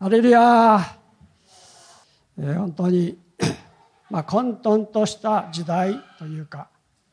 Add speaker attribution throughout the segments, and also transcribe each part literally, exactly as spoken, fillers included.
Speaker 1: ハレルヤー、えー、本当に、まあ、混沌とした時代というか、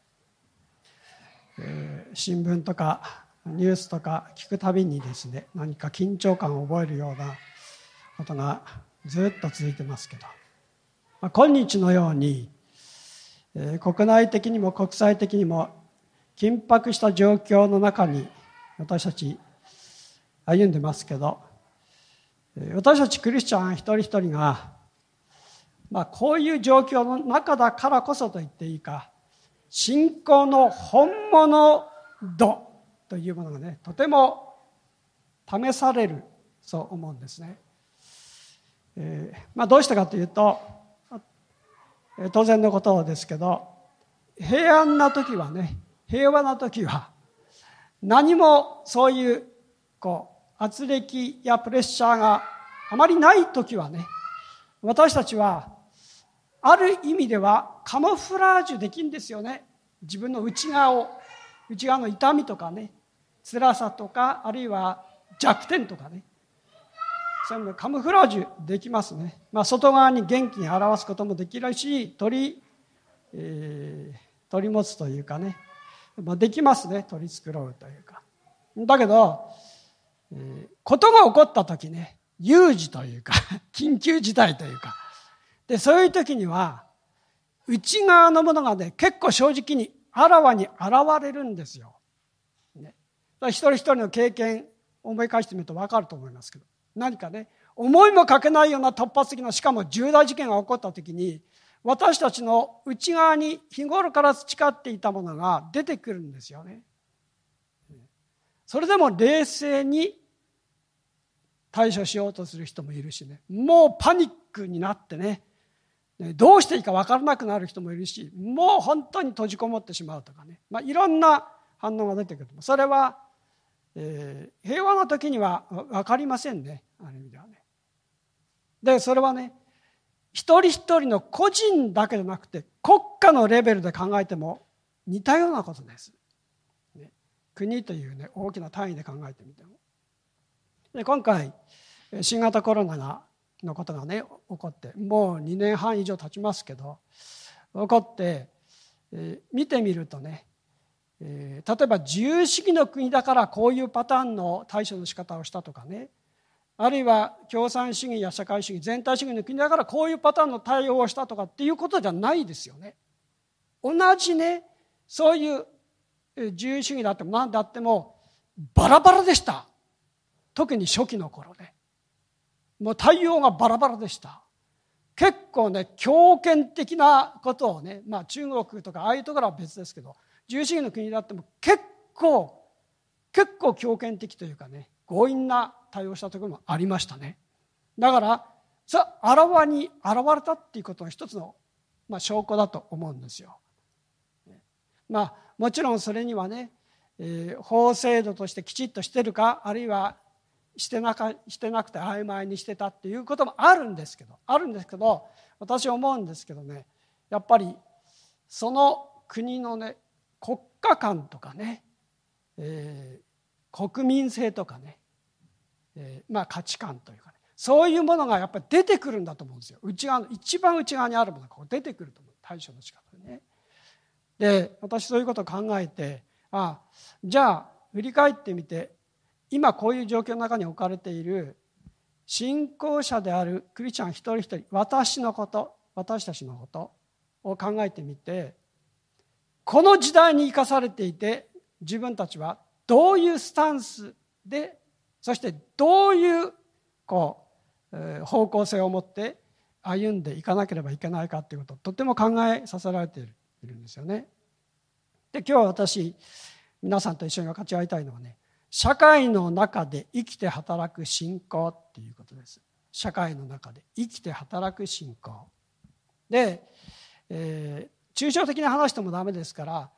Speaker 1: えー、新聞とかニュースとか聞くたびにですね、何か緊張感を覚えるようなことがずっと続いてますけど、まあ、今日のように、えー、国内的にも国際的にも緊迫した状況の中に私たち歩んでますけど、私たちクリスチャン一人一人が、まあ、こういう状況の中だからこそと言っていいか、信仰の本物度というものがね、とても試されるそう思うんですね。えーまあ、どうしてかというと、当然のことですけど、平安な時はね、平和な時は何もそういうこう圧力やプレッシャーがあまりない時はね、私たちはある意味ではカモフラージュできるんですよね。自分の内側を、内側の痛みとかね、辛さとか、あるいは弱点とかね、そういうのカモフラージュできますね。まあ、外側に元気に表すこともできるし、取り、えー、取り持つというかね、まあ、できますね。取り繕うというか。だけど、えー、ことが起こった時ね、有事というか緊急事態というかで、そういう時には内側のものがね、結構正直にあらわに現れるんですよ、ね、一人一人の経験を思い返してみると分かると思いますけど、何かね、思いもかけないような突発的な、しかも重大事件が起こった時に、私たちの内側に日頃から培っていたものが出てくるんですよね。それでも冷静に対処しようとする人もいるしね、もうパニックになってね、どうしていいか分からなくなる人もいるし、もう本当に閉じこもってしまうとかね、まあ、いろんな反応が出てくる。それは、えー、平和な時には分かりませんね、ある意味ではね。で、それはね、一人一人の個人だけでなくて国家のレベルで考えても似たようなことです、ね、国というね、大きな単位で考えてみても。で、今回新型コロナがのことがね起こって、もうにねんはん以上経ちますけど、起こって、えー、見てみるとね、えー、例えば自由主義の国だからこういうパターンの対処の仕方をしたとかね、あるいは共産主義や社会主義、全体主義の国だからこういうパターンの対応をしたとかっていうことじゃないですよね。同じね、そういう自由主義だっても何であってもバラバラでした。特に初期の頃ね、もう対応がバラバラでした。結構ね、強権的なことをね、まあ中国とかああいうところは別ですけど、自由主義の国だっても結構結構強権的というかね、強引な対応したところもありましたね。だからさあらわに現れたっていうことの一つの、まあ、証拠だと思うんですよ。まあもちろんそれにはね、えー、法制度としてきちっとしてるか、あるいはしてなか、してなくて曖昧にしてたっていうこともあるんですけど、あるんですけど、私は思うんですけどね、やっぱりその国のね、国家観とかね、えー、国民性とかね、えー、まあ価値観というかね、そういうものがやっぱり出てくるんだと思うんですよ。内側の一番内側にあるものがこう出てくると思う、対処の仕方でね。で、私そういうことを考えて、ああ、じゃあ振り返ってみて、今こういう状況の中に置かれている信仰者であるクリスチャン一人一人、私のこと、私たちのことを考えてみて、この時代に生かされていて、自分たちはどういうスタンスで、そしてどういうこう、えー、方向性を持って歩んでいかなければいけないかということをとても考えさせられているんですよね。で、今日私皆さんと一緒に分かち合いたいのはね、社会の中で生きて働く信仰っていうことです。社会の中で生きて働く信仰で、えー、抽象的な話してもダメですから、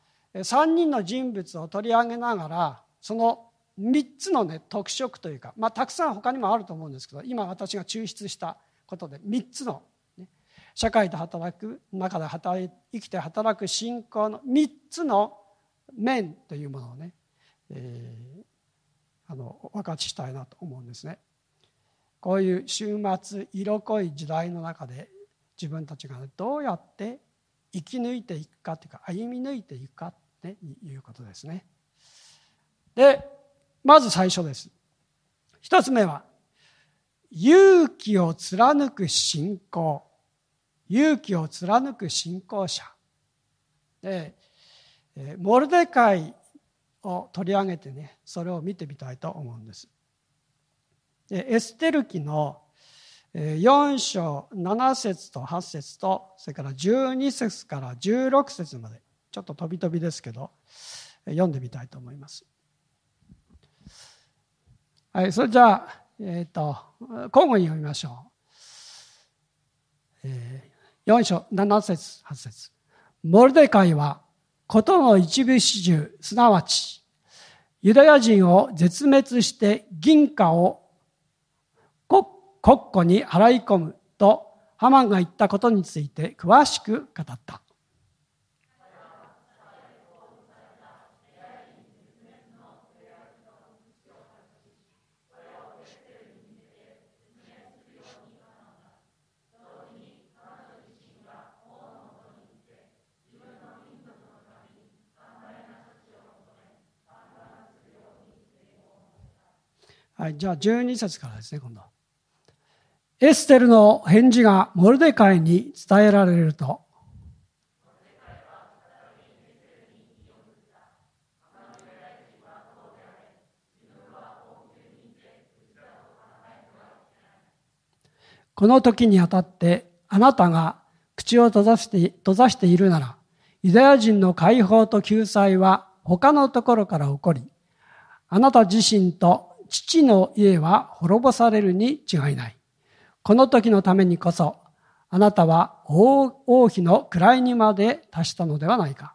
Speaker 1: さんにんの人物を取り上げながら、そのみっつの、ね、特色というか、まあ、たくさん他にもあると思うんですけど、今私が抽出したことでみっつの、ね、社会で働く中で働い生きて働く信仰のみっつの面というものをね、えー、あのお分かちしたいなと思うんですね。 こういう終末色濃い時代の中で自分たちがどうやって生き抜いていくかというか歩み抜いていくかっていうことですね。で、まず最初です。一つ目は勇気を貫く信仰。勇気を貫く信仰者。で、モルデカイを取り上げてね、それを見てみたいと思うんです。エステル記のよん章なな節とはち節と、それからじゅうに節からじゅうろく節まで、ちょっと飛び飛びですけど、読んでみたいと思います。はい、それじゃあ、えっと、交互に読みましょう。えー、よん章なな節はち節。モルデカイは、ことの一部始終、すなわち、ユダヤ人を絶滅して銀貨を国庫に払い込むとハマンが言ったことについて詳しく語った。はい、じゃあじゅうに節からですね、今度。エステルの返事がモルデカイに伝えられると、この時にあたってあなたが口を閉ざして閉ざしているなら、ユダヤ人の解放と救済は他のところから起こり、あなた自身と父の家は滅ぼされるに違いない。この時のためにこそ、あなたは王、王妃の位にまで達したのではないか。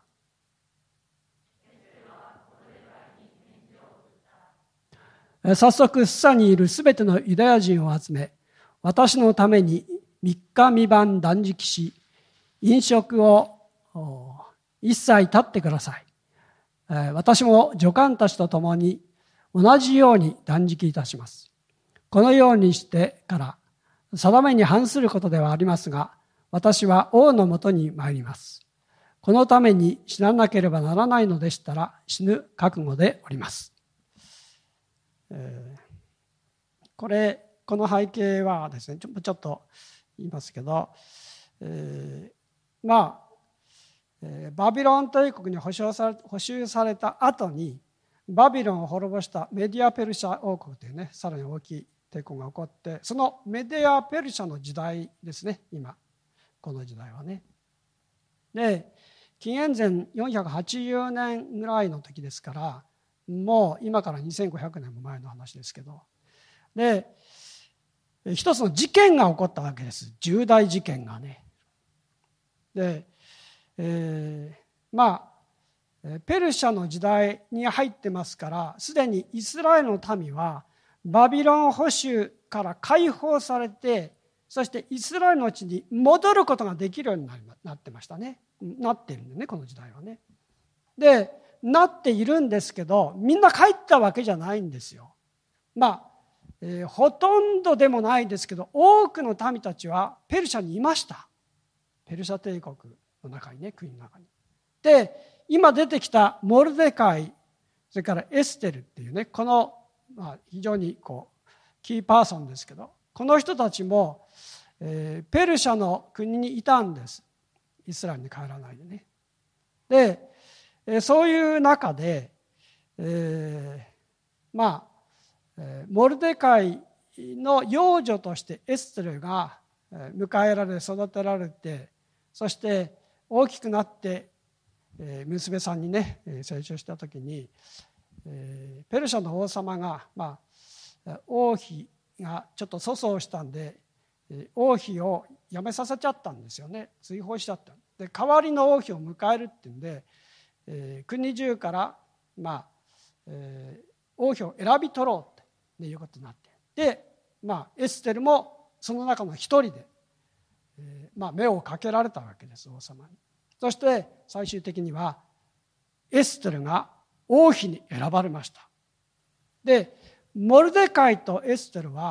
Speaker 1: 早速、スサにいるすべてのユダヤ人を集め、私のために三日三晩断食し、飲食を一切絶ってください。私も女官たちと共に同じように断食いたします。このようにしてから、定めに反することではありますが、私は王のもとに参ります。このために死ななければならないのでしたら、死ぬ覚悟でおります。えー、これ、この背景はですね、ちょ、ちょっと言いますけど、えー、まあ、えー、バビロン帝国に捕囚され、捕囚された後に、バビロンを滅ぼしたメディア・ペルシャ王国というね、さらに大きい抵抗が起こって、そのメディア・ペルシャの時代ですね、今この時代はね。で、紀元前よんひゃくはちじゅうねんぐらいの時ですから、もう今からにせんごひゃくねんも前の話ですけど、で一つの事件が起こったわけです。重大事件がね。で、えー、まあペルシャの時代に入ってますから、すでにイスラエルの民はバビロン捕囚から解放されて、そしてイスラエルの地に戻ることができるようになってましたね。なっているんでね、この時代はね。で、なっているんですけど、みんな帰ったわけじゃないんですよ。まあ、えー、ほとんどでもないですけど、多くの民たちはペルシャにいました。ペルシャ帝国の中にね、国の中に。で、今出てきたモルデカイ、それからエステルっていうね、この、まあ、非常にこうキーパーソンですけど、この人たちも、えー、ペルシャの国にいたんです。イスラエルに帰らないでね。で、えー、そういう中で、えー、まあ、えー、モルデカイの養女としてエステルが迎えられ育てられて、そして大きくなって娘さんにね成長した時に、ペルシャの王様が、まあ、王妃がちょっと粗相したんで王妃を辞めさせちゃったんですよね。追放しちゃった。で、代わりの王妃を迎えるっていうんで、えー、国中から、まあえー、王妃を選び取ろうっていうことになって、で、まあ、エステルもその中の一人で、えーまあ、目をかけられたわけです、王様に。そして最終的にはエステルが王妃に選ばれました。で、モルデカイとエステルは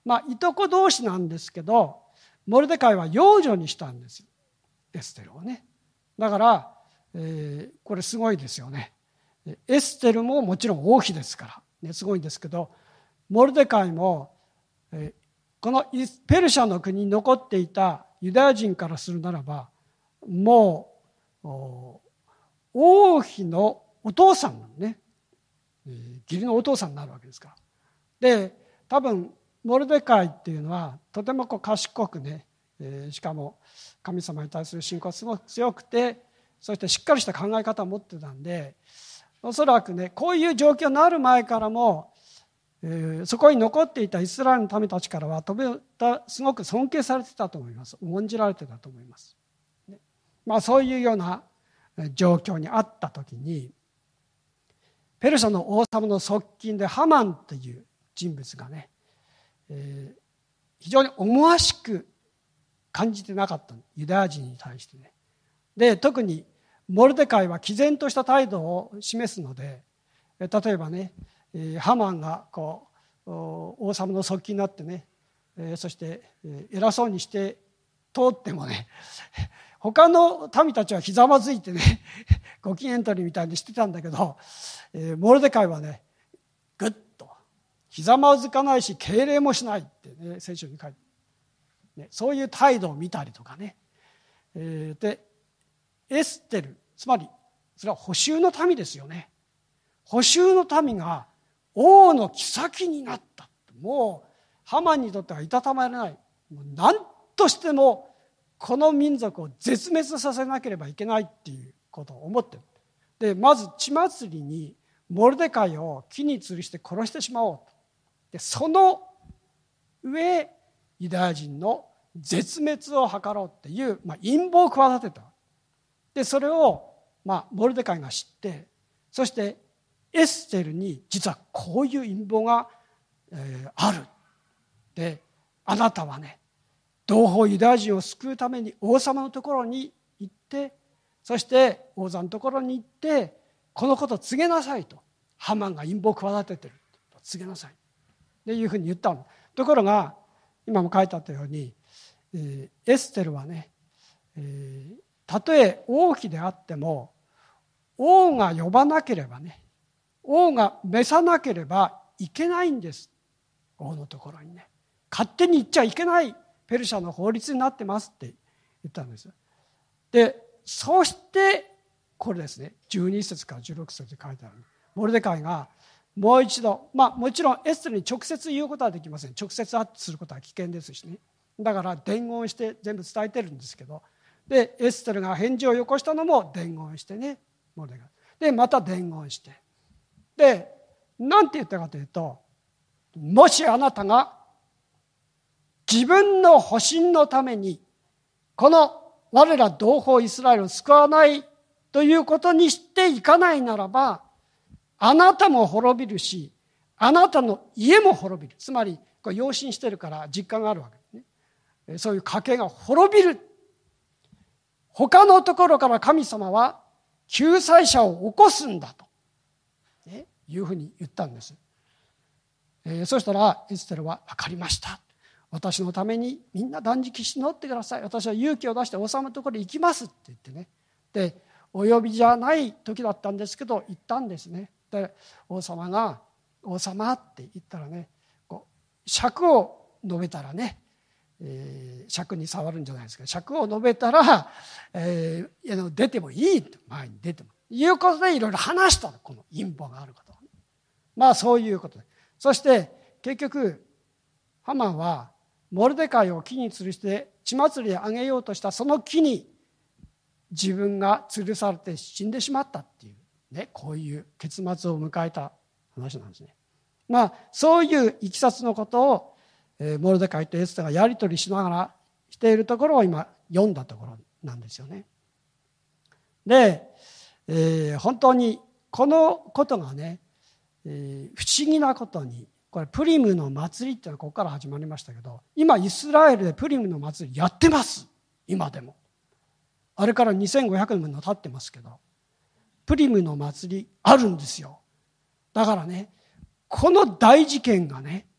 Speaker 1: まあいとこ同士なんですけど、モルデカイは養女にしたんですよ、エステルをね。だから、えー、これすごいですよね。エステルももちろん王妃ですから、ね、すごいんですけど、モルデカイも、えー、このペルシャの国に残っていたユダヤ人からするならば、もう王妃のお父さんのね、えー、義理のお父さんになるわけですから。で、多分モルデカイっていうのはとてもこう賢くね、えー、しかも神様に対する信仰がすごく強くて、そしてしっかりした考え方を持ってたんで、おそらくね、こういう状況になる前からも、えー、そこに残っていたイスラエルの民たちからはとべたすごく尊敬されてたと思います。重んじられてたと思います。ね、まあそういうような状況にあった時に、ペルシャの王様の側近でハマンという人物がね、えー、非常に思わしく感じてなかったユダヤ人に対してね。で、特にモルデカイは毅然とした態度を示すので、例えばね、ハマンがこう王様の側近になってね、そして偉そうにして通ってもね、他の民たちはひざまずいてね、ご機嫌取りみたいにしてたんだけど、モルデカイはね、ぐっとひざまずかないし敬礼もしないってね、聖書に書いて、ね、そういう態度を見たりとかね、えー、でエステル、つまりそれは捕囚の民ですよね。捕囚の民が王の妃になった。もうハマンにとってはいたたまれない。もう何としてもこの民族を絶滅させなければいけないっていうことを思ってる。で、まず血祭りにモルデカイを木に吊るして殺してしまおうと。で、その上ユダヤ人の絶滅を図ろうっていう、まあ、陰謀を企てた。で、それを、まあ、モルデカイが知って、そしてエステルに実はこういう陰謀が、えー、ある。で、あなたはね、同胞ユダヤ人を救うために王様のところに行って、そして王座のところに行ってこのことを告げなさいと。ハマンが陰謀を企ててると告げなさいっていうふうに言ったの。ところが今も書いてあったように、えー、エステルはね、えー、たとえ王妃であっても王が呼ばなければね、王が召さなければいけないんです。王のところにね、勝手に行っちゃいけないペルシャの法律になってますって言ったんです。で、そしてこれですね、じゅうに節からじゅうろく節で書いてある。モルデカイがもう一度、まあもちろんエステルに直接言うことはできません。直接アップすることは危険ですしね。だから伝言して全部伝えてるんですけど、でエステルが返事をよこしたのも伝言してね、モルデカイでまた伝言して、でなんて言ったかというと、もしあなたが自分の保身のためにこの我ら同胞イスラエルを救わないということにしていかないならば、あなたも滅びるし、あなたの家も滅びる。つまりこれ養子してるから実感があるわけですね。そういう家系が滅びる。他のところから神様は救済者を起こすんだと、ね、いうふうに言ったんです。えー、そしたらエステルは分かりました。私のためにみんな断食して祈ってください。私は勇気を出して王様のところに行きますって言ってね。で、お呼びじゃない時だったんですけど行ったんですね。で、王様が王様って言ったらね、こう尺を述べたらね、えー、尺に触るんじゃないですか。尺を述べたら、えー、出てもいいと、前に出てもいうことでいろいろ話したの、この陰謀があることは、ね、まあそういうことで、そして結局ハマンはモルデカイを木に吊るして血祭りであげようとしたその木に自分が吊るされて死んでしまったっていうね、こういう結末を迎えた話なんですね。まあそういういきさつのことを、えー、モルデカイとエステがやり取りしながらしているところを今読んだところなんですよね。で、えー、本当にこのことがね、えー、不思議なことに、これプリムの祭りっていうのはここから始まりましたけど、今イスラエルでプリムの祭りやってます。今でもあれからにせんごひゃくねんも経ってますけど、プリムの祭りあるんですよ。だからね、この大事件がね、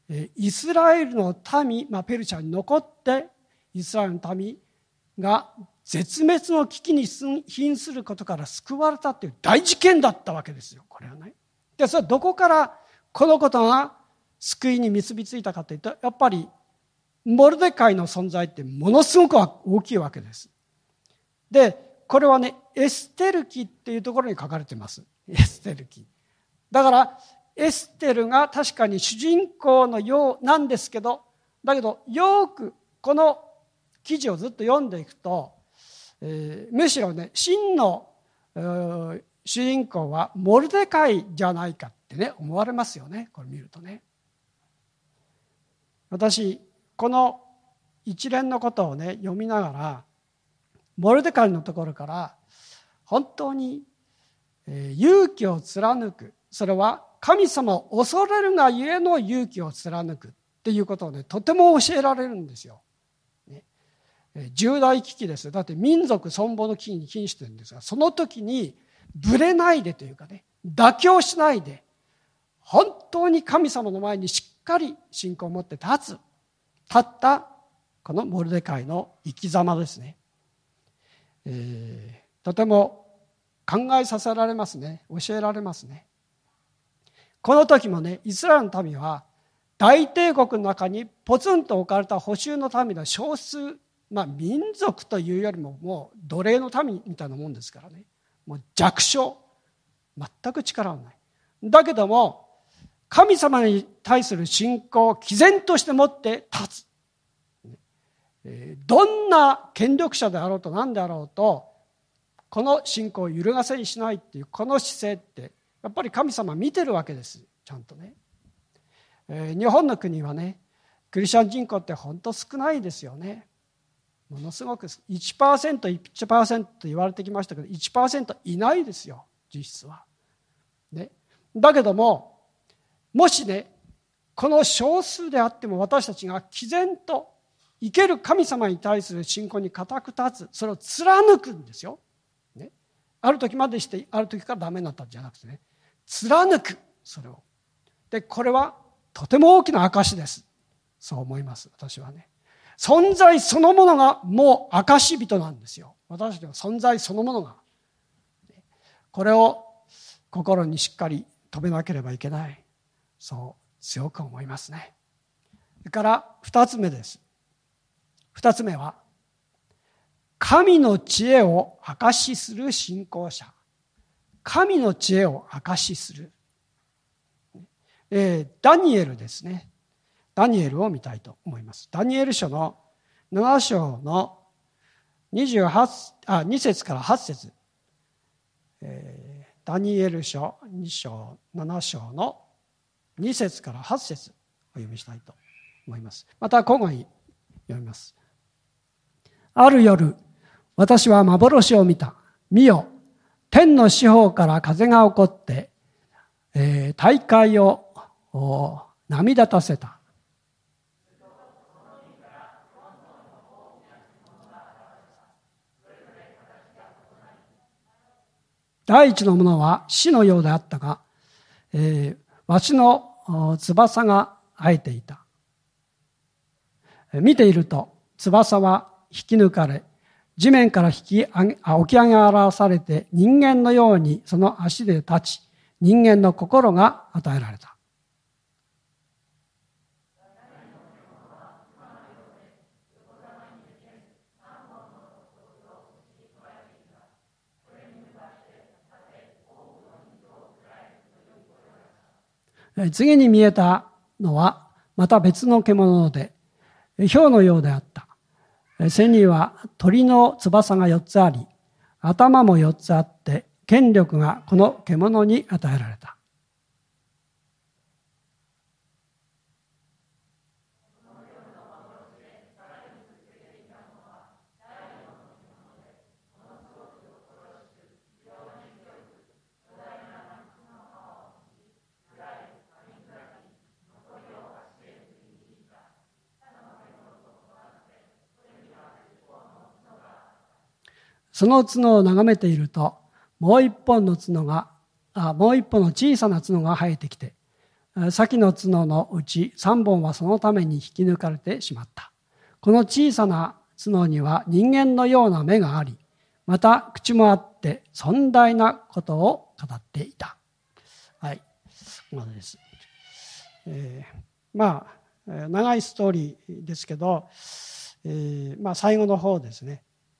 Speaker 1: イスラエルの民、まあ、ペルシャに残ってイスラエルの民が絶滅の危機に瀕することから救われたという大事件だったわけですよ、これはね。で、それはどこからこのことが救いに結びついたかというと、やっぱりモルデカイの存在ってものすごく大きいわけです。で、これはね、エステル記っていうところに書かれています。エステル記。だから、エステルが確かに主人公のようなんですけど、だけど、よくこの記事をずっと読んでいくと、えー、むしろね、真の主人公はモルデカイじゃないかってね、思われますよね、これ見るとね。私、この一連のことをね、読みながら、モルデカイのところから本当に勇気を貫く、それは神様を恐れるがゆえの勇気を貫くっていうことをね、とても教えられるんですよ。ね、重大危機です。だって民族存亡の危機に瀕してるんですが、その時にぶれないでというかね、妥協しないで、本当に神様の前にしっかり信仰を持って立つ、立ったこのモルデカイの生き様ですね。えー、とても考えさせられますね。教えられますね。この時もね、イスラエルの民は大帝国の中にポツンと置かれた捕囚の民の少数、まあ民族というよりももう奴隷の民みたいなもんですからね、もう弱小、全く力はない。だけども神様に対する信仰を毅然として持って立つ。どんな権力者であろうと何であろうと、この信仰を揺るがせにしないっていうこの姿勢ってやっぱり神様見てるわけです、ちゃんとね。えー、日本の国はね、クリスチャン人口って本当少ないですよね。ものすごく いちパーセント、いちパーセント と言われてきましたけど、いちパーセント いないですよ、実質は。ね、だけども、もしね、この少数であっても私たちが毅然と生ける神様に対する信仰に固く立つ、それを貫くんですよ。ね、ある時までして、ある時からダメになったんじゃなくてね、貫く、それを。で、これはとても大きな証です。そう思います、私はね。存在そのものがもう証人なんですよ。私たちの存在そのものが。これを心にしっかり留めなければいけない。そう強く思いますね。それから二つ目です。二つ目は、神の知恵を証しする信仰者。神の知恵を証しする。えー、ダニエルですね。ダニエルを見たいと思います。ダニエル書のなな章のにじゅうはち、あ、に節からはち節。えー、ダニエル書に章、なな章のに節からはち節をお読みしたいと思います。また交互に読みます。ある夜、私は幻を見た。見よ、天の四方から風が起こって、えー、大海を波立たせた。第一のものは死のようであったが、えー、わしの翼が生えていた。見ていると翼は引き抜かれ、地面から引き上げ、あ、起き上げらされて人間のようにその足で立ち、人間の心が与えられた。次に見えたのはまた別の獣で、豹のようであった。背には鳥の翼がよっつあり、頭もよっつあって、権力がこの獣に与えられた。その角を眺めていると、もう一本の角が、あもう一本の小さな角が生えてきて、 先の角のうちさんぼんはそのために引き抜かれてしまった。この小さな角には人間のような目があり、また口もあって尊大なことを語っていた。はい、ここまでです。えー、まあ長いストーリーですけど、えー、まあ最後の方ですね。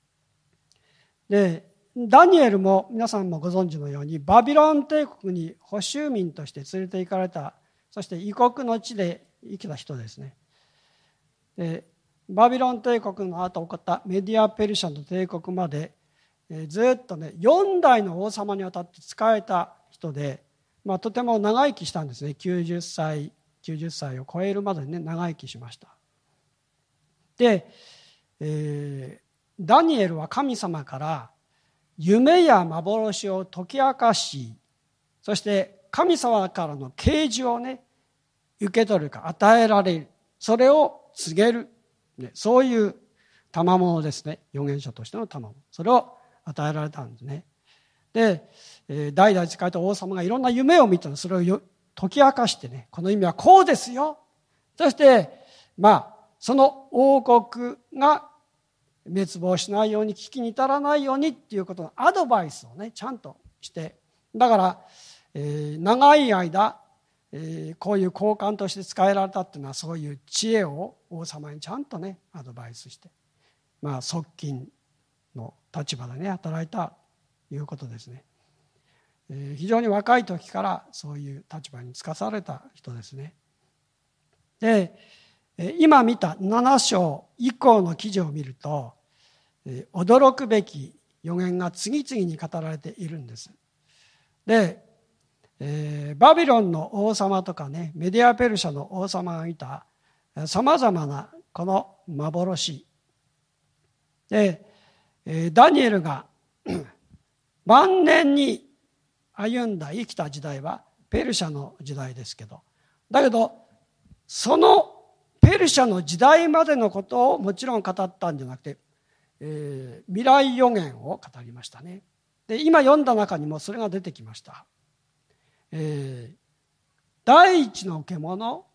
Speaker 1: で、ダニエルも皆さんもご存知のようにバビロン帝国に捕囚民として連れて行かれた、そして異国の地で生きた人ですね。で、バビロン帝国の後起こったメディア・ペルシャの帝国まで、えー、ずっとねよん代の王様にわたって仕えた人で、まあ、とても長生きしたんですね。きゅうじゅっさいきゅうじゅっさいを超えるまでね長生きしました。で、えー、ダニエルは神様から夢や幻を解き明かし、そして神様からの啓示をね受け取るか与えられる、それを告げる、ね、そういう賜物ですね。預言者としての賜物、それを与えられたんですね。で、えー、代々仕えた王様がいろんな夢を見たの、それをよ解き明かしてね、この意味はこうですよ、そしてまあその王国が滅亡しないように、危機に至らないようにっていうことのアドバイスをねちゃんとして、だから、えー、長い間、えー、こういう高官として使えられたっていうのは、そういう知恵を王様にちゃんとねアドバイスして、まあ側近の立場でね働いたということですね。えー、非常に若い時からそういう立場につかされた人ですね。で、今見たなな章以降の記事を見ると、驚くべき予言が次々に語られているんです。で、えー、バビロンの王様とかね、メディアペルシャの王様が見たさまざまなこの幻で、えー、ダニエルが晩年に歩んだ生きた時代はペルシャの時代ですけど、だけどそのペルシャの時代までのことをもちろん語ったんじゃなくて、えー、未来予言を語りましたね。で、今読んだ中にもそれが出てきました。えー、第一の獣、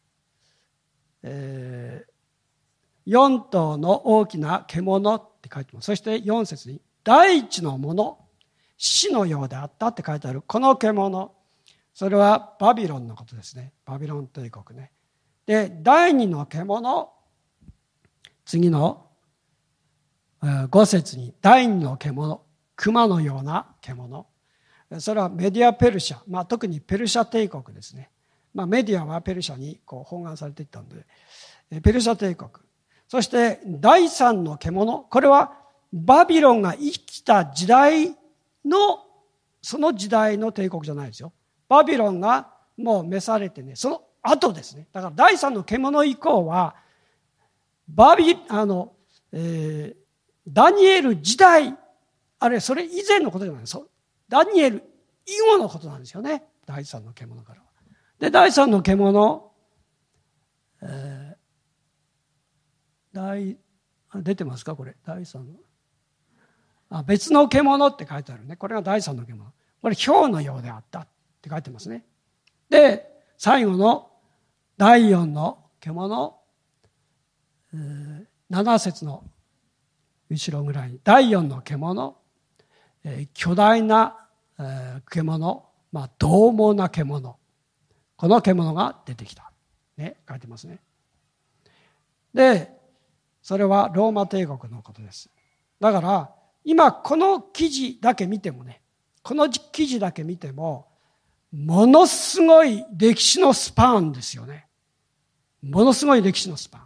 Speaker 1: えー、四頭の大きな獣って書いてます。そして四節に第一のもの、死のようであったって書いてあるこの獣、それはバビロンのことですね。バビロン帝国ね。で、第二の獣、次の五節に第二の獣、熊のような獣、それはメディアペルシャ、まあ、特にペルシャ帝国ですね。まあ、メディアはペルシャにこう包含されていったので、ペルシャ帝国、そして第三の獣、これはバビロンが生きた時代のその時代の帝国じゃないですよ。バビロンがもう召されてね、その後ですね。だから第三の獣以降はバビあの、えー、ダニエル時代、あるいはそれ以前のことじゃないです。ダニエル以後のことなんですよね。第三の獣からは。で、第三の獣、えー、第出てますかこれ。第三のあ別の獣って書いてあるね。これが第三の獣。これ豹のようであったって書いてますね。で、最後の第四の獣、えー、なな節の後ろぐらいに第四の獣、えー、巨大な、えー、獣、まあ獰猛な獣、この獣が出てきた、ね、書いてますね。で、それはローマ帝国のことです。だから今この記事だけ見てもね、この記事だけ見てもものすごい歴史のスパンですよね。ものすごい歴史のスパン。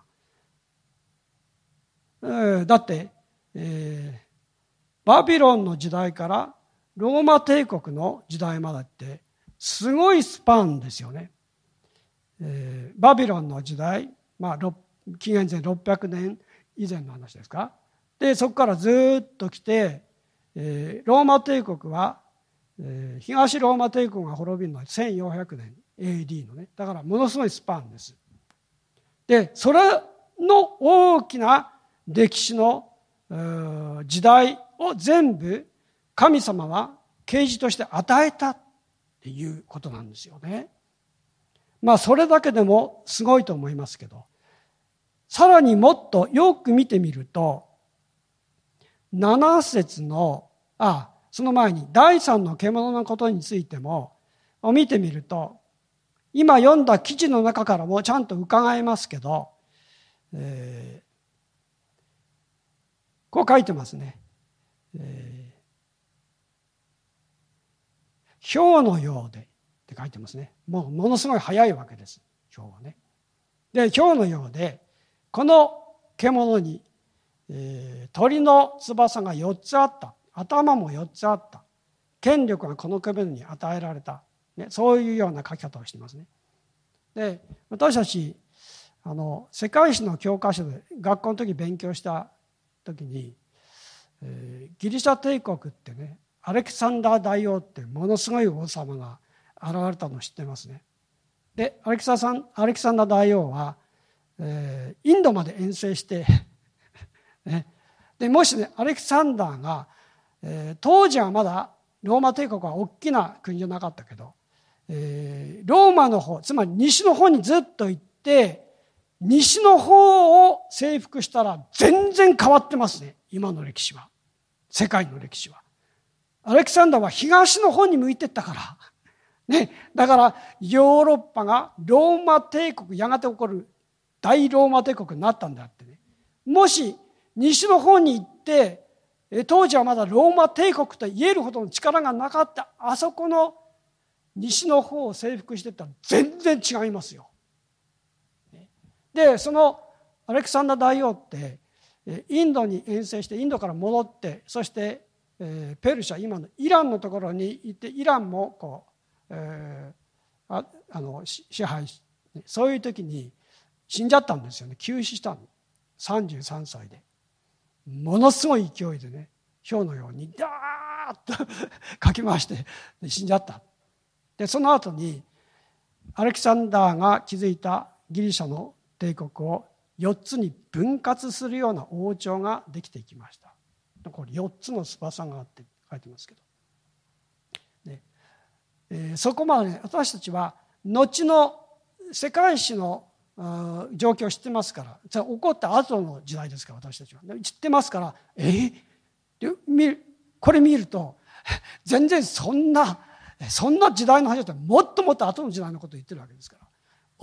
Speaker 1: えー、だって、えー、バビロンの時代からローマ帝国の時代までってすごいスパンですよね。えー、バビロンの時代、まあ、紀元前ろっぴゃくねん以前の話ですか。で、そこからずっと来て、えー、ローマ帝国は、えー、東ローマ帝国が滅びるのはせんよんひゃくねん エーディー のね。だからものすごいスパンです。で、それの大きな歴史の時代を全部神様は啓示として与えたっていうことなんですよね。 まあそれだけでもすごいと思いますけど、さらにもっとよく見てみると、なな節の、あ、その前に第三の獣のことについても見てみると、今読んだ記事の中からもちゃんと伺えますけど、えー、こう書いてますね。えー、雹のようでって書いてますね。もうものすごい速いわけです。雹はね。で、雹のようで、この獣に、えー、鳥の翼がよっつあった。頭もよっつあった。権力がこの獣に与えられた。ね、そういうような書き方をしていますね。で、私たちあの世界史の教科書で学校の時勉強した時に、えー、ギリシャ帝国ってね、アレキサンダー大王ってものすごい王様が現れたのを知ってますね。で、アレキサさん、アレキサンダー大王は、えー、インドまで遠征して、ね、でもしねアレキサンダーが、えー、当時はまだローマ帝国は大きな国じゃなかったけど、えー、ローマの方、つまり西の方にずっと行って西の方を征服したら全然変わってますね。今の歴史は、世界の歴史は。アレキサンダーは東の方に向いてったからね、だからヨーロッパがローマ帝国、やがて起こる大ローマ帝国になったんだってね。もし西の方に行って、当時はまだローマ帝国と言えるほどの力がなかったあそこの西の方を征服していったら全然違いますよ。で、そのアレクサンダー大王ってインドに遠征してインドから戻って、そしてペルシャ、今のイランのところに行って、イランもこう、えー、ああの支配し、そういう時に死んじゃったんですよね。急死したの。さんじゅうさんさいで。ものすごい勢いでね、雹のようにダーッとかき回して死んじゃった。で、その後にアレキサンダーが築いたギリシャの帝国をよっつに分割するような王朝ができていきました。これよっつの翼があって書いてますけど、ねえー、そこまで、ね、私たちは後の世界史の状況を知ってますから、それ起こった後の時代ですから、私たちは知ってますから、えー、これ見ると全然そんなそんな時代の話だったらもっともっと後の時代のことを言ってるわけですから、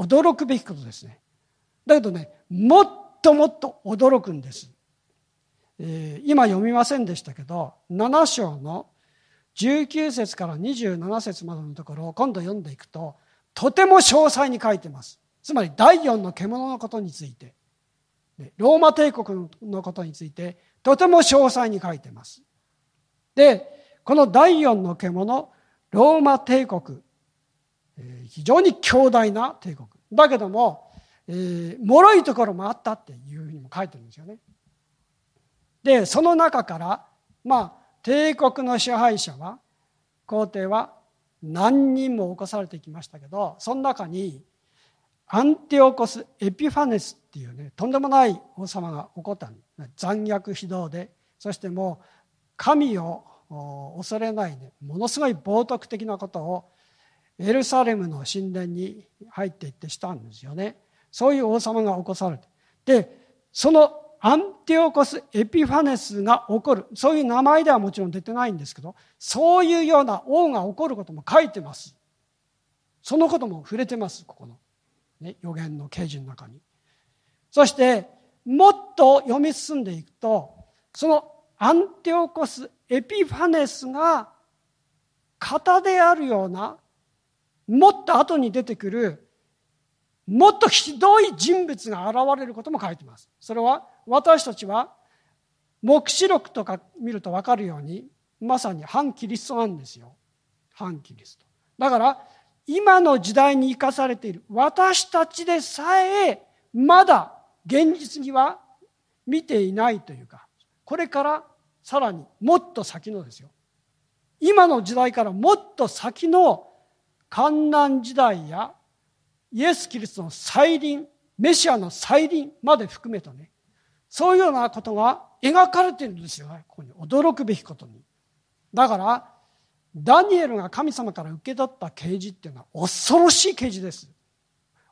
Speaker 1: 驚くべきことですね。だけどね、もっともっと驚くんです。えー、今読みませんでしたけど、なな章のじゅうきゅう節からにじゅうなな節までのところを今度読んでいくと、とても詳細に書いてます。つまり第四の獣のことについて、ローマ帝国のことについてとても詳細に書いてます。で、この第四の獣、ローマ帝国、非常に強大な帝国だけども、えー、脆いところもあったっていうふうにも書いてるんですよね。で、その中からまあ帝国の支配者は、皇帝は何人も起こされてきましたけど、その中にアンティオコス・エピファネスっていうね、とんでもない王様が起こったんです。残虐非道で、そしてもう神を恐れないね、ものすごい冒涜的なことをエルサレムの神殿に入っていってしたんですよね。そういう王様が起こされて、でそのアンティオコス・エピファネスが起こる、そういう名前ではもちろん出てないんですけど、そういうような王が起こることも書いてます。そのことも触れてます、ここの、ね、預言の啓示の中に。そしてもっと読み進んでいくと、そのアンティオコス・エピファネスが型であるような、もっと後に出てくるもっとひどい人物が現れることも書いてます。それは私たちは黙示録とか見ると分かるように、まさに反キリストなんですよ。反キリストだから、今の時代に生かされている私たちでさえまだ現実には見ていないというか、これからさらにもっと先のですよ、今の時代からもっと先の患難時代やイエス・キリストの再臨、メシアの再臨まで含めたね、そういうようなことが描かれているんですよね。ここに驚くべきことに。だからダニエルが神様から受け取った啓示っていうのは恐ろしい啓示です。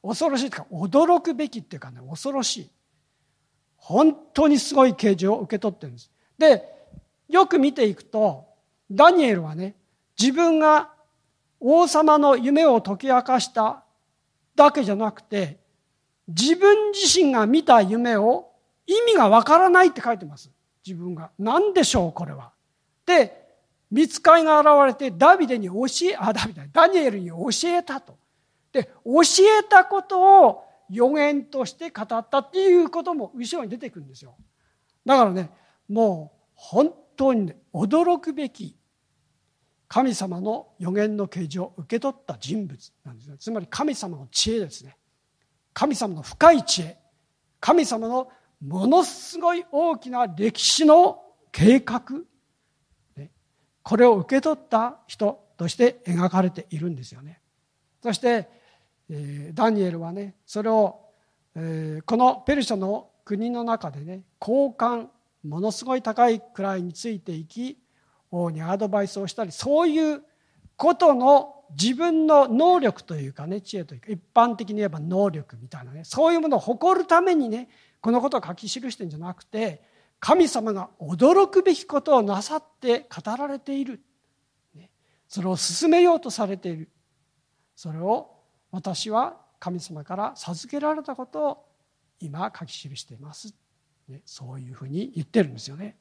Speaker 1: 恐ろしいというか驚くべきっていうかね、恐ろしい、本当にすごい啓示を受け取ってるんです。で、よく見ていくとダニエルはね、自分が王様の夢を解き明かしただけじゃなくて、自分自身が見た夢を意味がわからないって書いてます。自分が何でしょうこれは。で、御使いが現れてダビデに教えあダビデダニエルに教えたと。で、教えたことを予言として語ったっていうことも後ろに出てくるんですよ。だからね、もう本当に、ね、驚くべき神様の予言の啓示を受け取った人物なんですね。つまり神様の知恵ですね。神様の深い知恵、神様のものすごい大きな歴史の計画、これを受け取った人として描かれているんですよね。そして、えー、ダニエルはね、それを、えー、このペルシャの国の中でね、高官、ものすごい高い位についていき、王にアドバイスをしたり、そういうことの自分の能力というかね、知恵というか、一般的に言えば能力みたいなね、そういうものを誇るためにね、このことを書き記してるんじゃなくて、神様が驚くべきことをなさって語られている、それを進めようとされている、それを私は神様から授けられたことを今書き記しています、そういうふうに言ってるんですよね。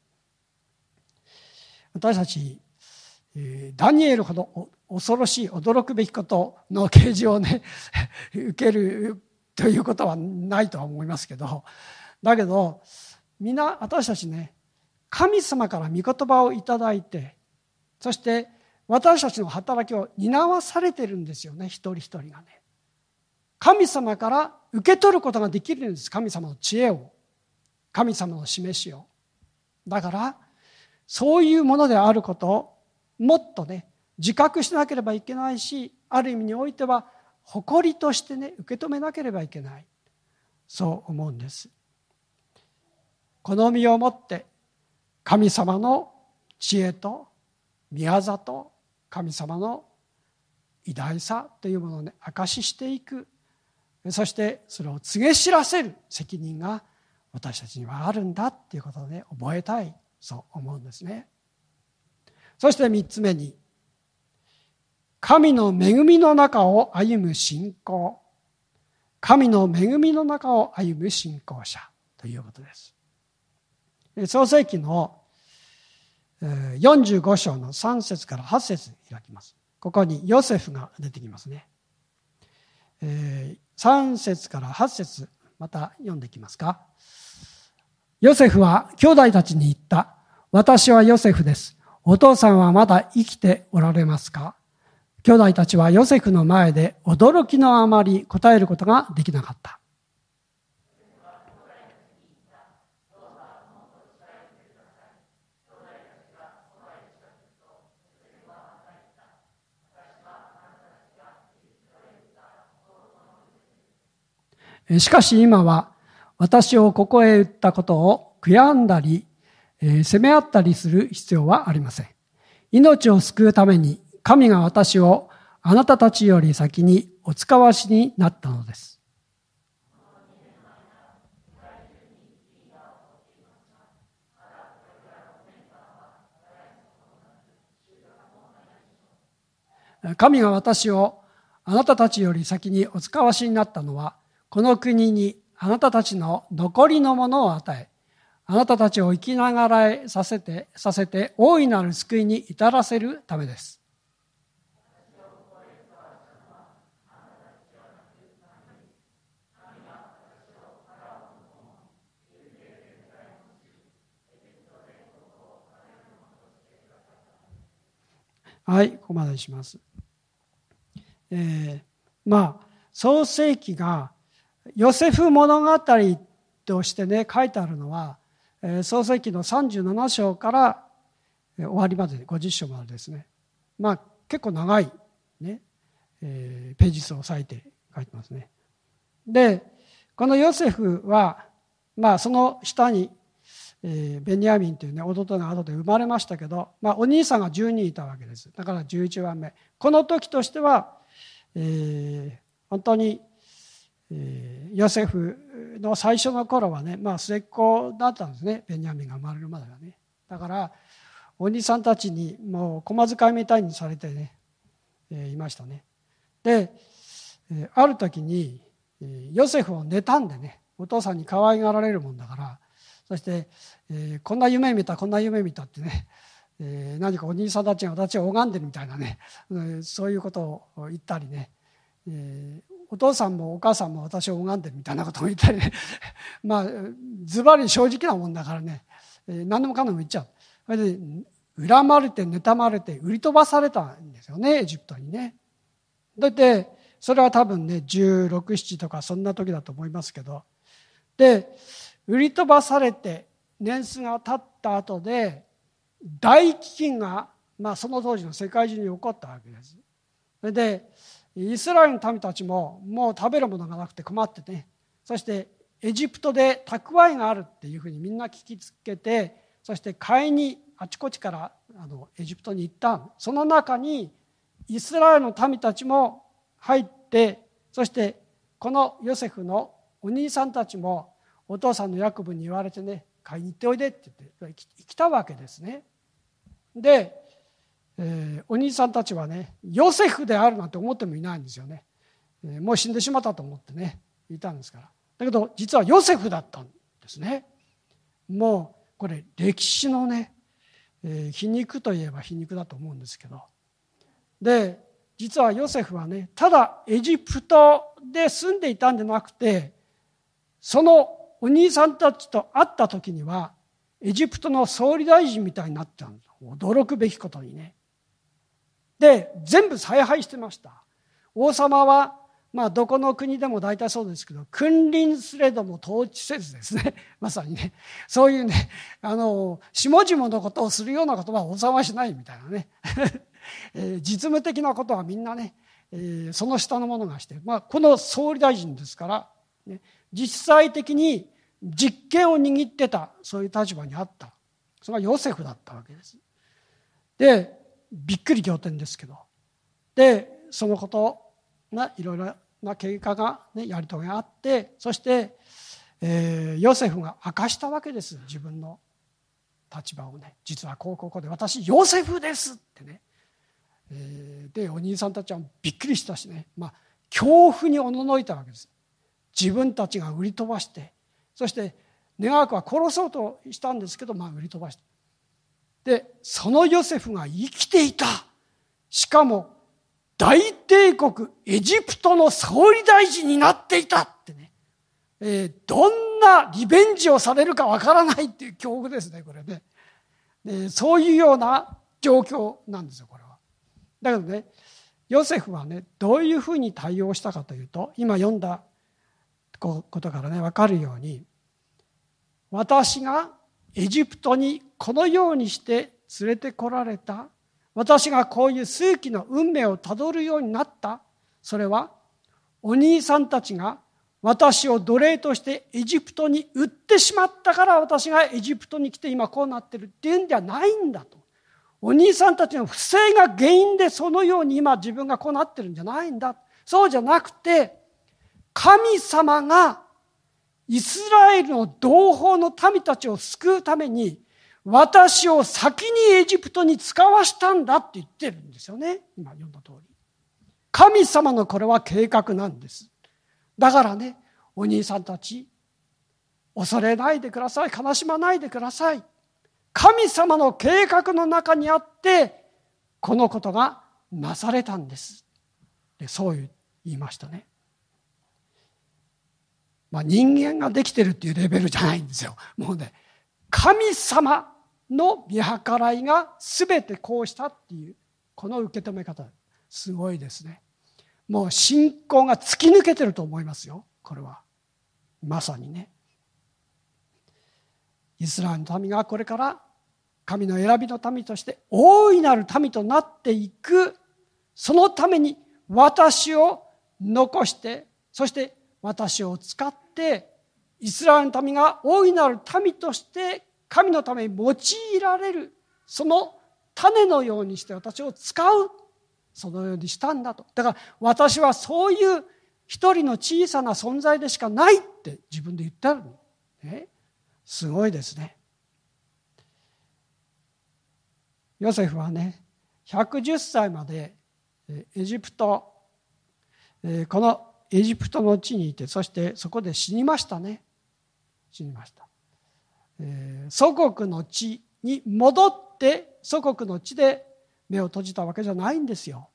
Speaker 1: 私たちダニエルほど恐ろしい驚くべきことの啓示をね受けるということはないとは思いますけど、だけどみんな私たちね、神様から御言葉をいただいて、そして私たちの働きを担わされているんですよね、一人一人がね。神様から受け取ることができるんです。神様の知恵を、神様の示しを。だからそういうものであることをもっとね自覚しなければいけないし、ある意味においては誇りとしてね受け止めなければいけない、そう思うんです。この身をもって神様の知恵と御業と神様の偉大さというものをね証ししていく、そしてそれを告げ知らせる責任が私たちにはあるんだっていうことをね覚えたい、そう思うんですね。そして三つ目に、神の恵みの中を歩む信仰、神の恵みの中を歩む信仰者ということです。創世記のよんじゅうご章のさん節からはち節開きます。ここにヨセフが出てきますね。さん節からはち節また読んでいきますか。ヨセフは兄弟たちに言った。私はヨセフです。お父さんはまだ生きておられますか。兄弟たちはヨセフの前で驚きのあまり答えることができなかった。しかし今は私をここへ売ったことを悔やんだり、責め合ったりする必要はありません。命を救うために神が私をあなたたちより先にお使わしになったのです。神が私をあなたたちより先にお使わしになったのは、この国にあなたたちの残りのものを与え、あなたたちを生きながらえさせて、させて大いなる救いに至らせるためです。はい、ここまでにします。えー、まあ創世記がヨセフ物語としてね書いてあるのは、えー、創世記のさんじゅうなな章から終わりまでごじゅっ章までですね。まあ結構長いね、えー、ページ数を割いて書いてますね。で、このヨセフはまあその下に、えー、ベニヤミンというね弟が後で生まれましたけど、まあお兄さんがじゅうにんいたわけです。だからじゅういちばんめ。この時としては、えー、本当にヨセフの最初の頃はね、まあ末っ子だったんですね。ベニヤミンが生まれるまではね。だからお兄さんたちにもう小遣いみたいにされてね、えー、いましたね。で、えー、ある時にヨセフを妬んでね、お父さんに可愛がられるもんだから、そして、えー、こんな夢見たこんな夢見たってね、えー、何かお兄さんたちが私を拝んでるみたいなね、えー、そういうことを言ったりね、えー、お父さんもお母さんも私を拝んでるみたいなことを言ったりねまあズバリ正直なもんだからね、えー、何でもかんでも言っちゃう。それで恨まれて妬まれて売り飛ばされたんですよね、エジプトにね。だってそれは多分ねじゅうろく、ななとかそんな時だと思いますけど、で売り飛ばされて年数が経った後で大飢饉が、まあ、その当時の世界中に起こったわけです。それでイスラエルの民たちももう食べるものがなくて困ってね、そしてエジプトで蓄えがあるっていうふうにみんな聞きつけて、そして買いにあちこちからあのエジプトに行った。その中にイスラエルの民たちも入って、そしてこのヨセフのお兄さんたちもお父さんのヤコブに言われてね、買いに行っておいでって言って来たわけですね。で、えー、お兄さんたちはねヨセフであるなんて思ってもいないんですよね、えー、もう死んでしまったと思ってねいたんですから。だけど実はヨセフだったんですね。もうこれ歴史のね、えー、皮肉といえば皮肉だと思うんですけど、で実はヨセフはねただエジプトで住んでいたんじゃなくて、そのお兄さんたちと会った時にはエジプトの総理大臣みたいになってたんです。驚くべきことにね。で全部采配してました。王様はまあどこの国でも大体そうですけど、君臨すれども統治せずですねまさにねそういうねあの下々のことをするようなことは王様はしないみたいなねえー、実務的なことはみんなね、えー、その下の者がして、まあ、この総理大臣ですから、ね、実際的に実権を握ってたそういう立場にあった、それがヨセフだったわけです。でびっくり仰天ですけど、でそのことがいろいろな経過が、ね、やり遂げがあって、そして、えー、ヨセフが明かしたわけです。自分の立場をね、実はこうこうこうで私ヨセフですってね、えー、でお兄さんたちはびっくりしたしね、まあ、恐怖におののいたわけです。自分たちが売り飛ばして、そして願わくは殺そうとしたんですけど、まあ、売り飛ばして、でそのヨセフが生きていた、しかも大帝国エジプトの総理大臣になっていたってね、えー、どんなリベンジをされるかわからないっていう恐怖ですね、これね。でそういうような状況なんですよ、これは。だけどね、ヨセフはねどういうふうに対応したかというと、今読んだことからね分かるように、私がエジプトにこのようにして連れてこられた、私がこういう数奇の運命をたどるようになった、それはお兄さんたちが私を奴隷としてエジプトに売ってしまったから私がエジプトに来て今こうなってるっていうんではないんだと。お兄さんたちの不正が原因でそのように今自分がこうなってるんじゃないんだ。そうじゃなくて、神様がイスラエルの同胞の民たちを救うために私を先にエジプトに使わしたんだって言ってるんですよね。今読んだ通り。神様のこれは計画なんです。だからね、お兄さんたち、恐れないでください。悲しまないでください。神様の計画の中にあってこのことがなされたんです。でそう言いましたね。まあ、人間ができてるっていうレベルじゃないんですよ。もうね、神様の見計らいが全てこうしたっていうこの受け止め方、すごいですね。もう信仰が突き抜けてると思いますよ。これはまさにね、イスラエルの民がこれから神の選びの民として大いなる民となっていく、そのために私を残して、そして私を使ってイスラエルの民が大いなる民として神のために用いられる、その種のようにして私を使う、そのようにしたんだと。だから私はそういう一人の小さな存在でしかないって自分で言ってある、ね、すごいですね。ヨセフはね、ひゃくじゅっさいまでエジプト、このエジプトの地にいて、そしてそこで死にましたね。死にました。祖国の地に戻って祖国の地で目を閉じたわけじゃないんですよ。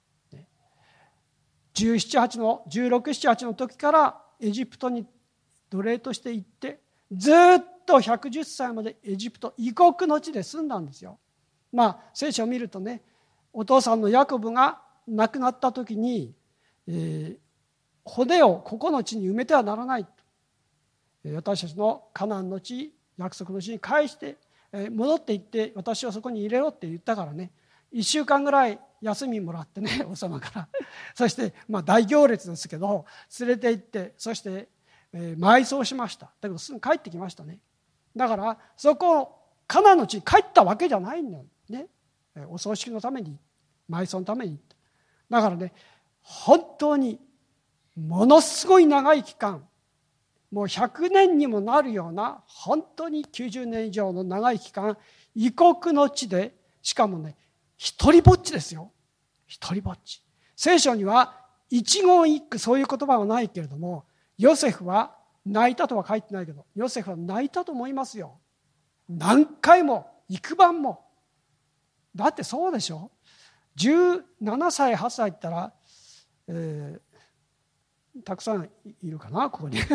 Speaker 1: じゅうなな、はちのじゅうろく、なな、はちの時からエジプトに奴隷として行って、ずっとひゃくじゅっさいまでエジプト異国の地で住んだんですよ。まあ聖書を見るとね、お父さんのヤコブが亡くなった時に、えー、骨をここの地に埋めてはならないと、私たちのカナンの地、約束の地に返して戻って行って私をそこに入れろって言ったからね、いっしゅうかんぐらい休みもらってね、王様からそしてまあ大行列ですけど連れて行って、そして埋葬しました。だけどすぐ帰ってきましたね。だからそこカナンの地に帰ったわけじゃないんだよね。お葬式のために、埋葬のために。だからね、本当にものすごい長い期間、もうひゃくねんにもなるような、本当にきゅうじゅうねん以上の長い期間、異国の地で、しかもね、一人ぼっちですよ。一人ぼっち。聖書には一言一句そういう言葉はないけれども、ヨセフは泣いたとは書いてないけど、ヨセフは泣いたと思いますよ。何回も幾番も。だってそうでしょ。じゅうななさいはっさいって言ったら、えー、たくさんいるかなここに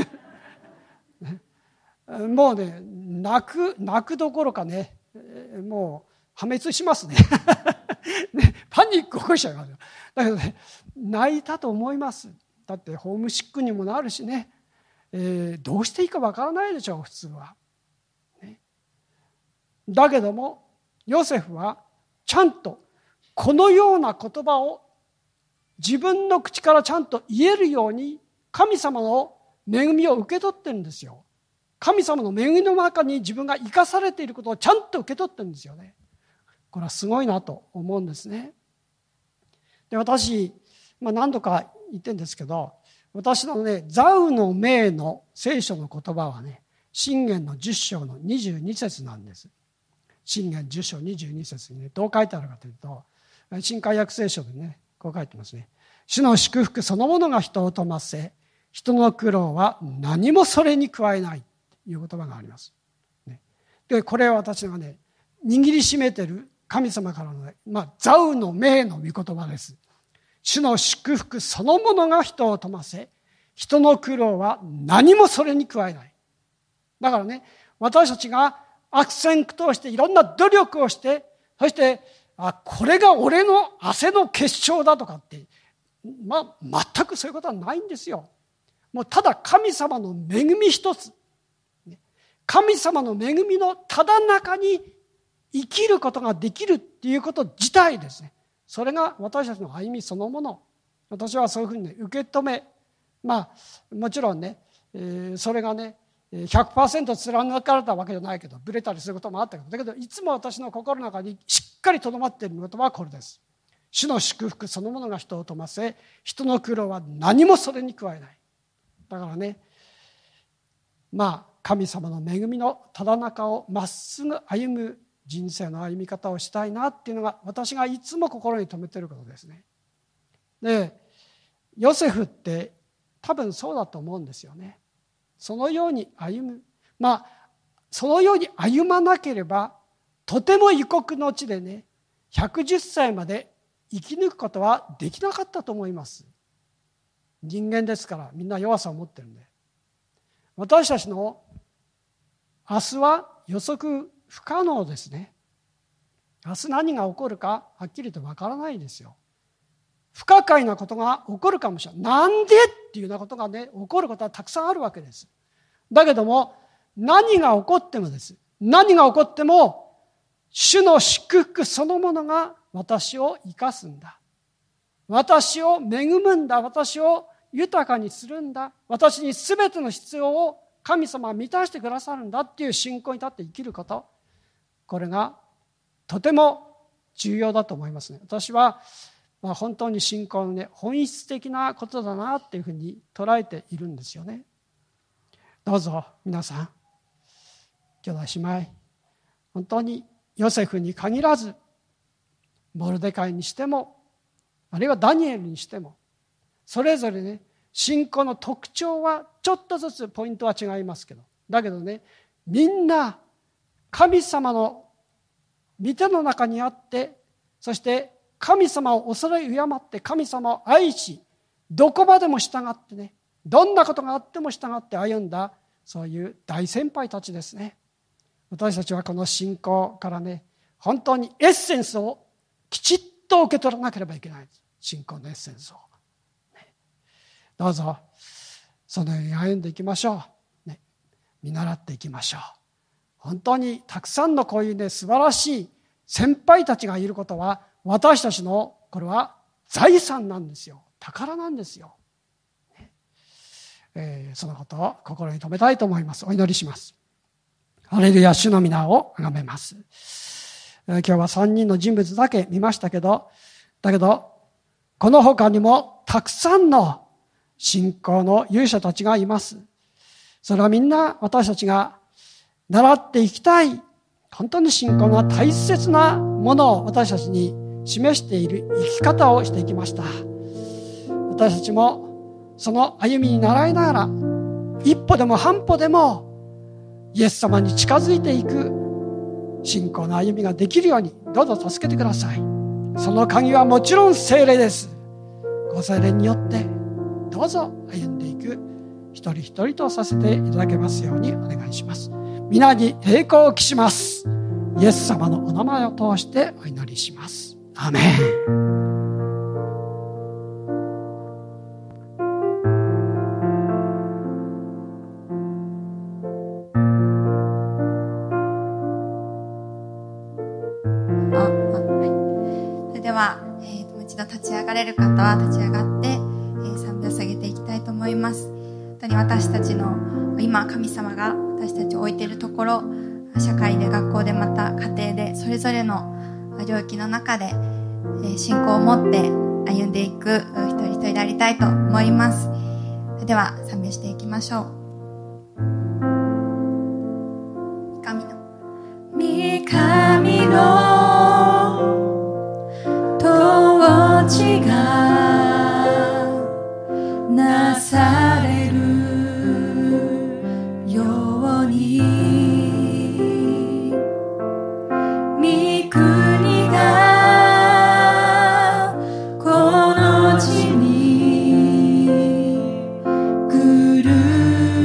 Speaker 1: もうね、泣く泣くどころかね、もう破滅しますねね、パニック起こしちゃいますよ。だけどね、泣いたと思います。だってホームシックにもなるしね、えー、どうしていいかわからないでしょう普通は、ね、だけどもヨセフはちゃんとこのような言葉を自分の口からちゃんと言えるように神様の恵みを受け取ってるんですよ。神様の恵みの中に自分が生かされていることをちゃんと受け取ってるんですよね。これはすごいなと思うんですね。で、私、まあ、何度か言ってるんですけど、私のね、ザウの命の聖書の言葉はね、箴言のじゅっ章のにじゅうに節なんです。箴言じゅっ章にじゅうに節にね、どう書いてあるかというと、新海訳聖書でね、こう書いてますね。主の祝福そのものが人を富ませ、人の苦労は何もそれに加えないという言葉があります。で、これは私がね、握りしめている神様からの、ね、まあ、ザウの命の御言葉です。主の祝福そのものが人を富ませ、人の苦労は何もそれに加えない。だからね、私たちが悪戦苦闘していろんな努力をして、そしてあこれが俺の汗の結晶だとかって、まあ、全くそういうことはないんですよ。もうただ神様の恵み一つ、神様の恵みのただ中に生きることができるっていうこと自体ですね。それが私たちの歩みそのもの。私はそういうふうに、ね、受け止め、まあもちろんね、えー、それがね ひゃくパーセント 貫かれたわけじゃないけど、ブレたりすることもあったけど、だけどいつも私の心の中にしっかりとどまっている言葉はこれです。主の祝福そのものが人を富ませ、人の苦労は何もそれに加えない。だからね、まあ神様の恵みのただ中をまっすぐ歩む人生の歩み方をしたいなっていうのが私がいつも心に留めていることですね。で、ヨセフって多分そうだと思うんですよね。そのように歩む、まあそのように歩まなければとても異国の地でね、ひゃくじゅっさいまで生き抜くことはできなかったと思います。人間ですからみんな弱さを持ってるんで。私たちの明日は予測不可能ですね。明日何が起こるかはっきりとわからないですよ。不可解なことが起こるかもしれない。なんでっていうようなことがね、起こることはたくさんあるわけです。だけども何が起こってもです。何が起こっても主の祝福そのものが私を生かすんだ。私を恵むんだ。私を豊かにするんだ。私に全ての必要を神様は満たしてくださるんだっていう信仰に立って生きること。これがとても重要だと思いますね。私はまあ、本当に信仰のね本質的なことだなっていうふうに捉えているんですよね。どうぞ皆さん、兄弟姉妹、本当にヨセフに限らずモルデカイにしても、あるいはダニエルにしても、それぞれね信仰の特徴はちょっとずつポイントは違いますけど、だけどねみんな神様の御手の中にあって、そして神様を恐れ敬って神様を愛し、どこまでも従ってね、どんなことがあっても従って歩んだ、そういう大先輩たちですね。私たちはこの信仰からね本当にエッセンスをきちっと受け取らなければいけない。信仰のエッセンスを、ね、どうぞそのように歩んでいきましょう、ね、見習っていきましょう。本当にたくさんのこういうね素晴らしい先輩たちがいることは、私たちのこれは財産なんですよ。宝なんですよ、ねえー、そのことを心に留めたいと思います。お祈りします。ハレルヤ、主の皆を崇めます。えー、今日はさんにんの人物だけ見ましたけど、だけどこの他にもたくさんの信仰の勇者たちがいます。それはみんな私たちが習っていきたい、本当に信仰の大切なものを私たちに示している生き方をしていきました。私たちもその歩みに習いながら、一歩でも半歩でもイエス様に近づいていく信仰の歩みができるようにどうぞ助けてください。その鍵はもちろん聖霊です。ご聖霊によってどうぞ歩んでいく一人一人とさせていただけますようにお願いします。皆に栄光を期します。イエス様のお名前を通してお祈りします。アーメン。
Speaker 2: 立ち上がれる方は立ち上がって、えー、賛美を下げていきたいと思います。本当に私たちの今神様が私たちを置いているところ、社会で学校でまた家庭でそれぞれの領域の中で、えー、信仰を持って歩んでいく一人一人でありたいと思います。それでは賛美をしていきましょう。神の御神の統治がなされるように、御国がこの地に来る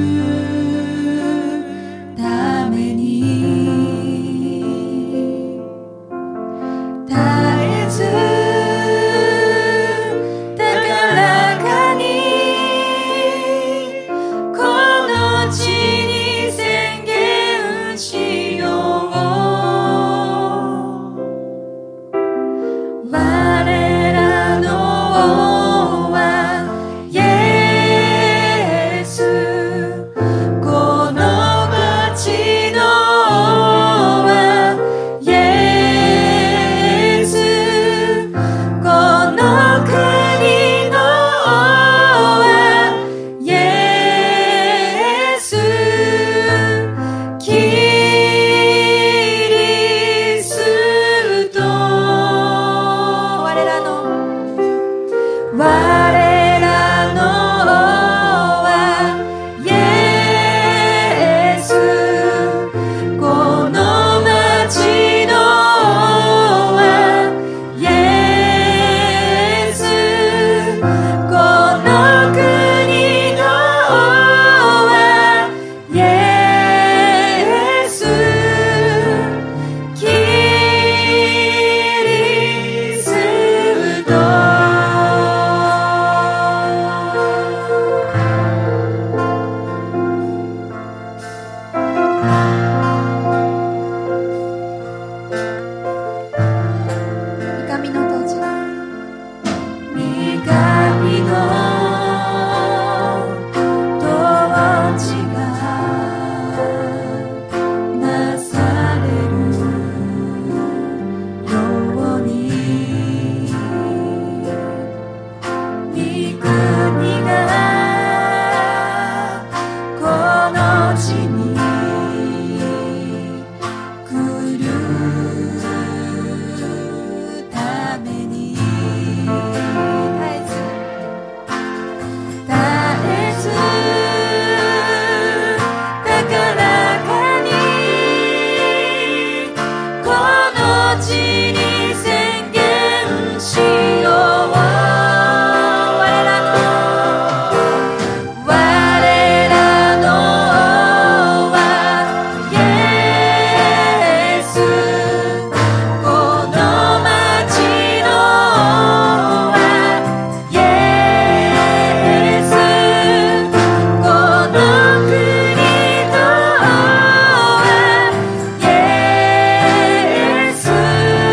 Speaker 3: 「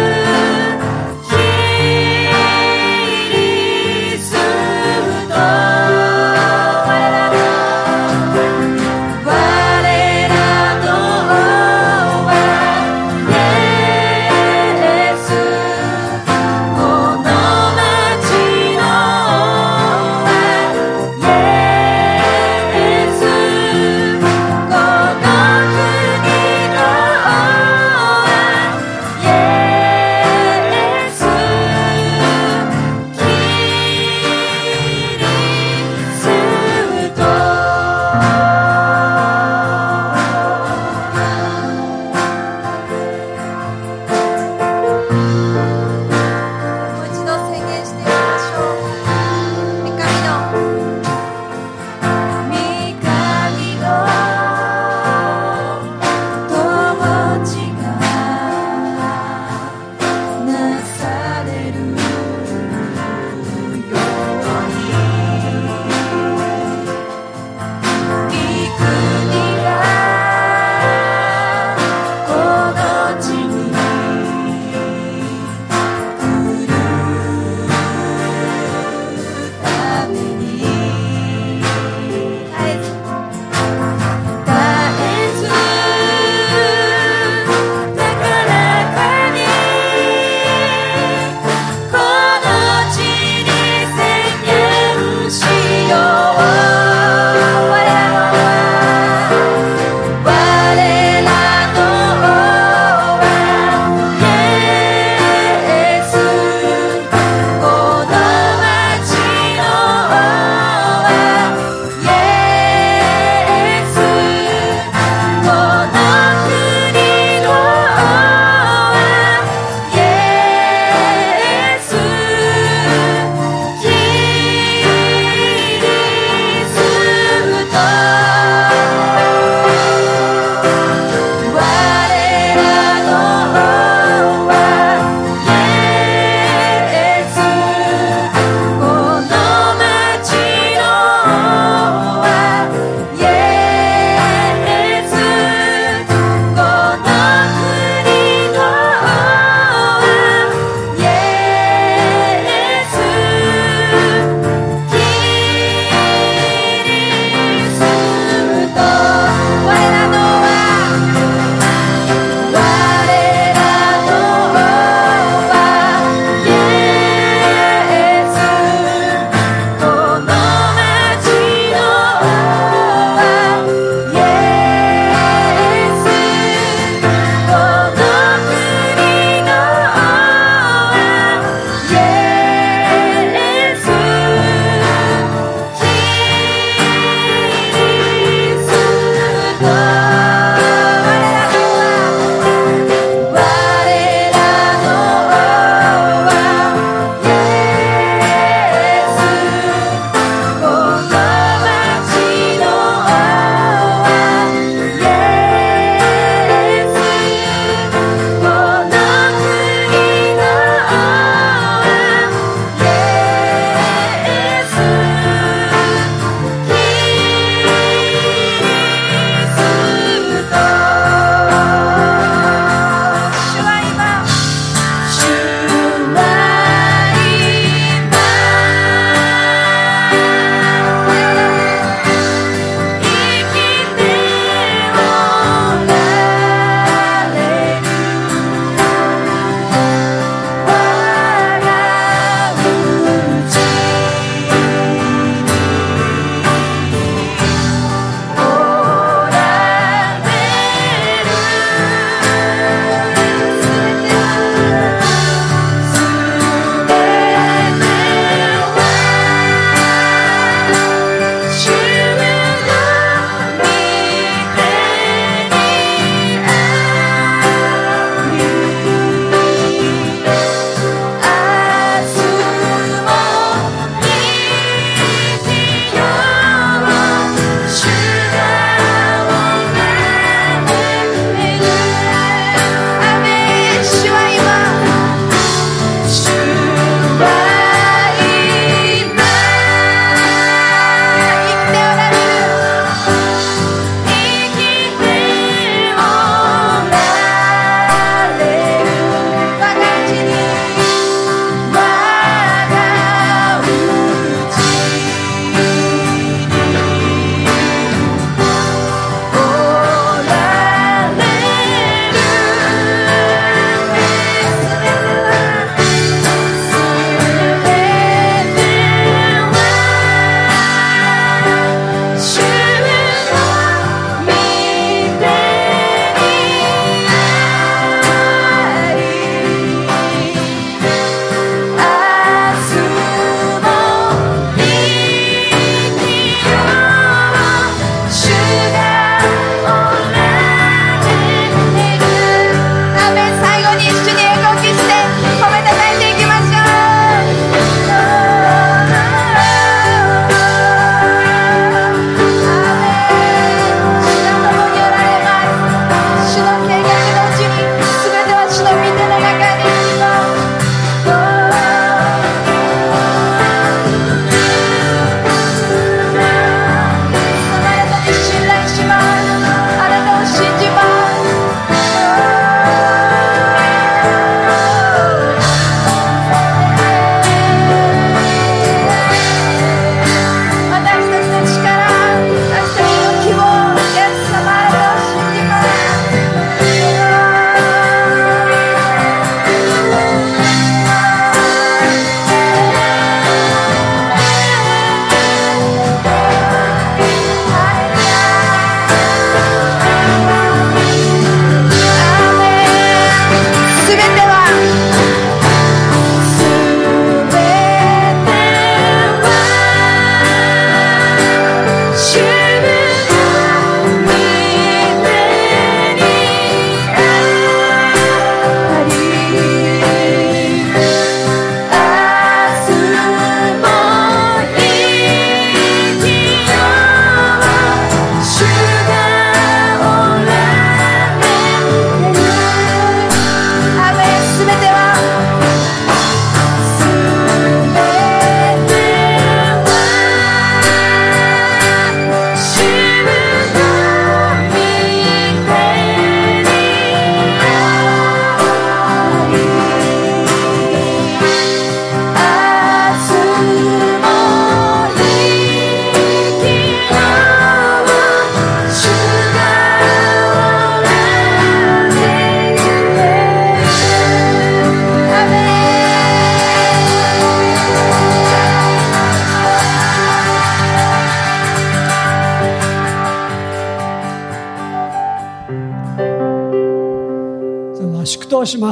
Speaker 1: 祝祷します。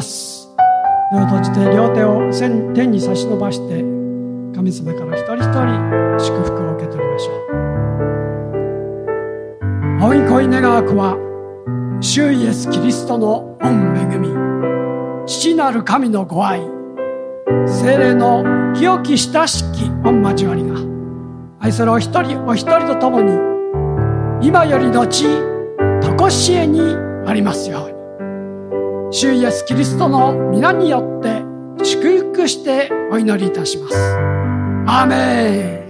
Speaker 1: 目を閉じて両手を天に差し伸ばして、神様から一人一人祝福を受け取りましょう。青い恋願わくは、主イエスキリストの御恵み、父なる神のご愛、聖霊の清き親しき御交わりが、愛するお一人お一人と共に、今よりのちとこしえにありますように。主イエスキリストの皆によって祝福してお祈りいたします。アーメン。